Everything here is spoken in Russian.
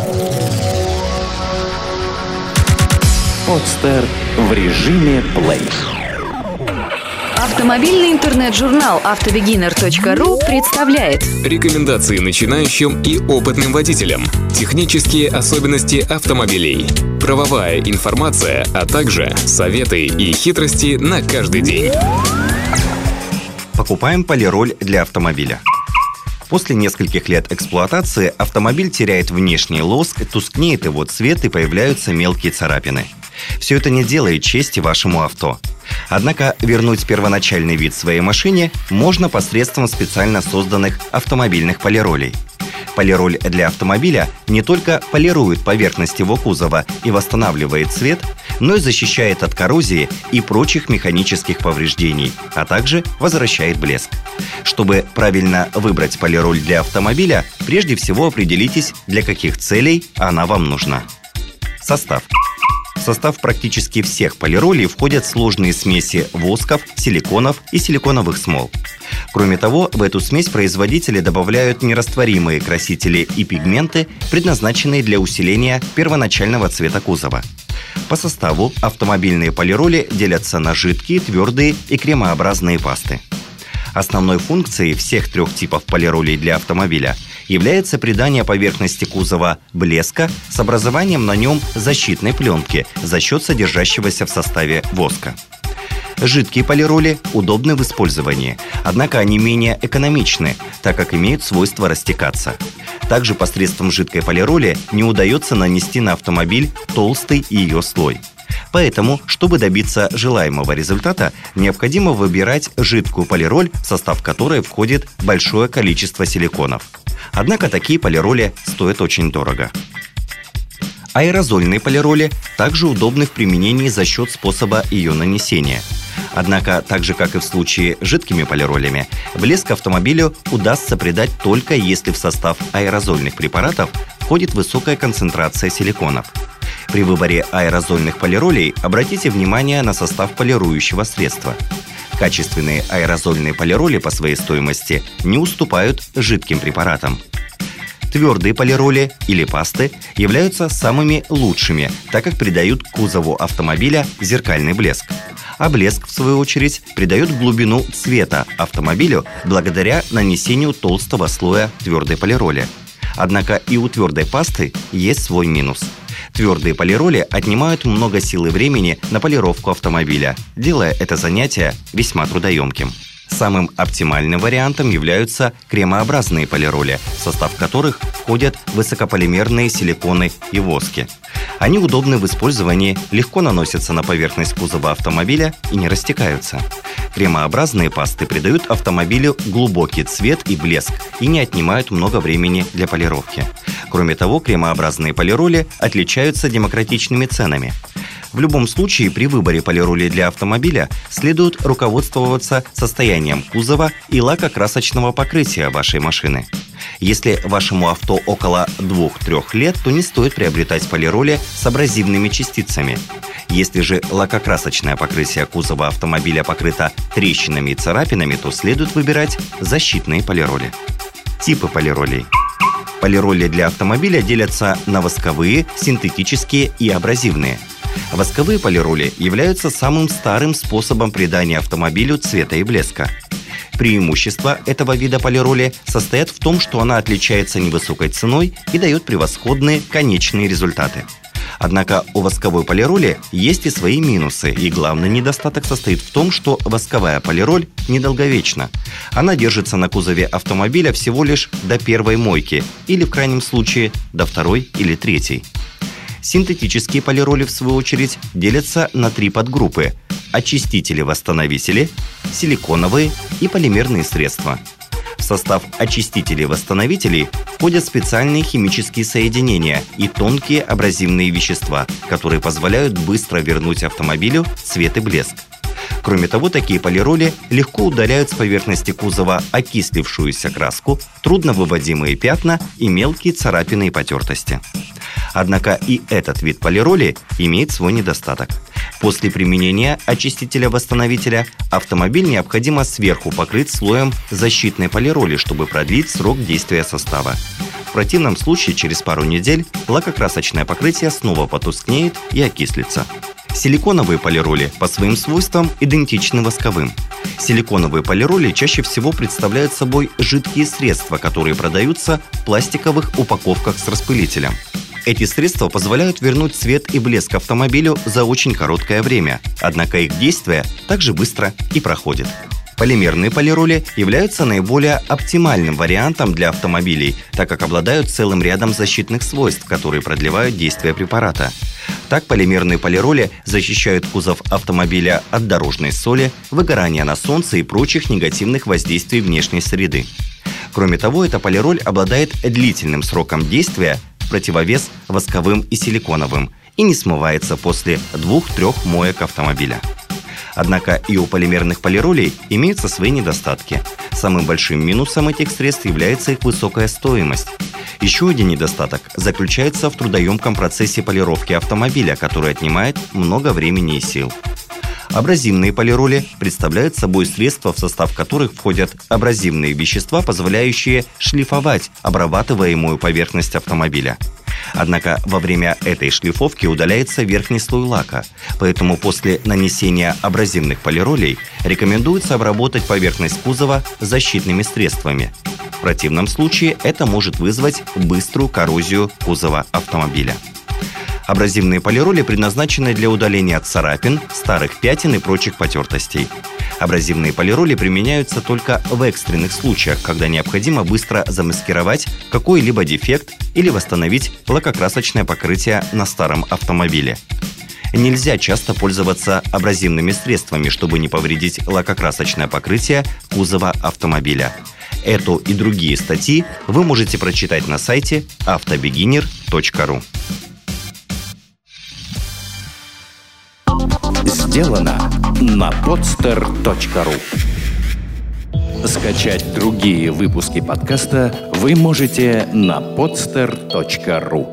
Подстер в режиме плей. Автомобильный интернет-журнал автобегинер.ру представляет рекомендации начинающим и опытным водителям, технические особенности автомобилей, правовая информация, а также советы и хитрости на каждый день. Покупаем полироль для автомобиля. После нескольких лет эксплуатации автомобиль теряет внешний лоск, тускнеет его цвет и появляются мелкие царапины. Все это не делает чести вашему авто. Однако вернуть первоначальный вид своей машине можно посредством специально созданных автомобильных полиролей. Полироль для автомобиля не только полирует поверхность его кузова и восстанавливает цвет, но и защищает от коррозии и прочих механических повреждений, а также возвращает блеск. Чтобы правильно выбрать полироль для автомобиля, прежде всего определитесь, для каких целей она вам нужна. Состав. В состав практически всех полиролей входят сложные смеси восков, силиконов и силиконовых смол. Кроме того, в эту смесь производители добавляют нерастворимые красители и пигменты, предназначенные для усиления первоначального цвета кузова. По составу автомобильные полироли делятся на жидкие, твердые и кремообразные пасты. Основной функцией всех трех типов полиролей для автомобиля является придание поверхности кузова блеска с образованием на нем защитной пленки за счет содержащегося в составе воска. Жидкие полироли удобны в использовании, однако они менее экономичны, так как имеют свойство растекаться. Также посредством жидкой полироли не удается нанести на автомобиль толстый ее слой. Поэтому, чтобы добиться желаемого результата, необходимо выбирать жидкую полироль, в состав которой входит большое количество силиконов. Однако такие полироли стоят очень дорого. Аэрозольные полироли также удобны в применении за счет способа ее нанесения. Однако, так же как и в случае с жидкими полиролями, блеск автомобилю удастся придать только если в состав аэрозольных препаратов входит высокая концентрация силиконов. При выборе аэрозольных полиролей обратите внимание на состав полирующего средства. Качественные аэрозольные полироли по своей стоимости не уступают жидким препаратам. Твердые полироли или пасты являются самыми лучшими, так как придают кузову автомобиля зеркальный блеск. А блеск, в свою очередь, придает глубину цвета автомобилю благодаря нанесению толстого слоя твердой полироли. Однако и у твердой пасты есть свой минус. Твердые полироли отнимают много сил и времени на полировку автомобиля, делая это занятие весьма трудоемким. Самым оптимальным вариантом являются кремообразные полироли, в состав которых входят высокополимерные силиконы и воски. Они удобны в использовании, легко наносятся на поверхность кузова автомобиля и не растекаются. Кремообразные пасты придают автомобилю глубокий цвет и блеск и не отнимают много времени для полировки. Кроме того, кремообразные полироли отличаются демократичными ценами. В любом случае, при выборе полироли для автомобиля следует руководствоваться состоянием кузова и лакокрасочного покрытия вашей машины. Если вашему авто около 2-3 лет, то не стоит приобретать полироли с абразивными частицами. Если же лакокрасочное покрытие кузова автомобиля покрыто трещинами и царапинами, то следует выбирать защитные полироли. Типы полиролей. Полироли для автомобиля делятся на восковые, синтетические и абразивные. Восковые полироли являются самым старым способом придания автомобилю цвета и блеска. Преимущества этого вида полироли состоят в том, что она отличается невысокой ценой и дает превосходные конечные результаты. Однако у восковой полироли есть и свои минусы, и главный недостаток состоит в том, что восковая полироль недолговечна. Она держится на кузове автомобиля всего лишь до первой мойки, или в крайнем случае до второй или третьей. Синтетические полироли, в свою очередь, делятся на 3 подгруппы: очистители-восстановители, силиконовые и полимерные средства. В состав очистителей-восстановителей входят специальные химические соединения и тонкие абразивные вещества, которые позволяют быстро вернуть автомобилю цвет и блеск. Кроме того, такие полироли легко удаляют с поверхности кузова окислившуюся краску, трудновыводимые пятна и мелкие царапины и потертости. Однако и этот вид полироли имеет свой недостаток. После применения очистителя-восстановителя автомобиль необходимо сверху покрыть слоем защитной полироли, чтобы продлить срок действия состава. В противном случае через пару недель лакокрасочное покрытие снова потускнеет и окислится. Силиконовые полироли по своим свойствам идентичны восковым. Силиконовые полироли чаще всего представляют собой жидкие средства, которые продаются в пластиковых упаковках с распылителем. Эти средства позволяют вернуть цвет и блеск автомобилю за очень короткое время, однако их действие также быстро и проходит. Полимерные полироли являются наиболее оптимальным вариантом для автомобилей, так как обладают целым рядом защитных свойств, которые продлевают действие препарата. Так, полимерные полироли защищают кузов автомобиля от дорожной соли, выгорания на солнце и прочих негативных воздействий внешней среды. Кроме того, эта полироль обладает длительным сроком действия в противовес восковым и силиконовым и не смывается после 2-3 моек автомобиля. Однако и у полимерных полиролей имеются свои недостатки. Самым большим минусом этих средств является их высокая стоимость. Еще один недостаток заключается в трудоемком процессе полировки автомобиля, который отнимает много времени и сил. Абразивные полироли представляют собой средства, в состав которых входят абразивные вещества, позволяющие шлифовать обрабатываемую поверхность автомобиля. Однако во время этой шлифовки удаляется верхний слой лака, поэтому после нанесения абразивных полиролей рекомендуется обработать поверхность кузова защитными средствами. В противном случае это может вызвать быструю коррозию кузова автомобиля. Абразивные полироли предназначены для удаления царапин, старых пятен и прочих потертостей. Абразивные полироли применяются только в экстренных случаях, когда необходимо быстро замаскировать какой-либо дефект или восстановить лакокрасочное покрытие на старом автомобиле. Нельзя часто пользоваться абразивными средствами, чтобы не повредить лакокрасочное покрытие кузова автомобиля. Эту и другие статьи вы можете прочитать на сайте автобегинер.ру. Сделано на podster.ru. Скачать другие выпуски подкаста вы можете на podster.ru.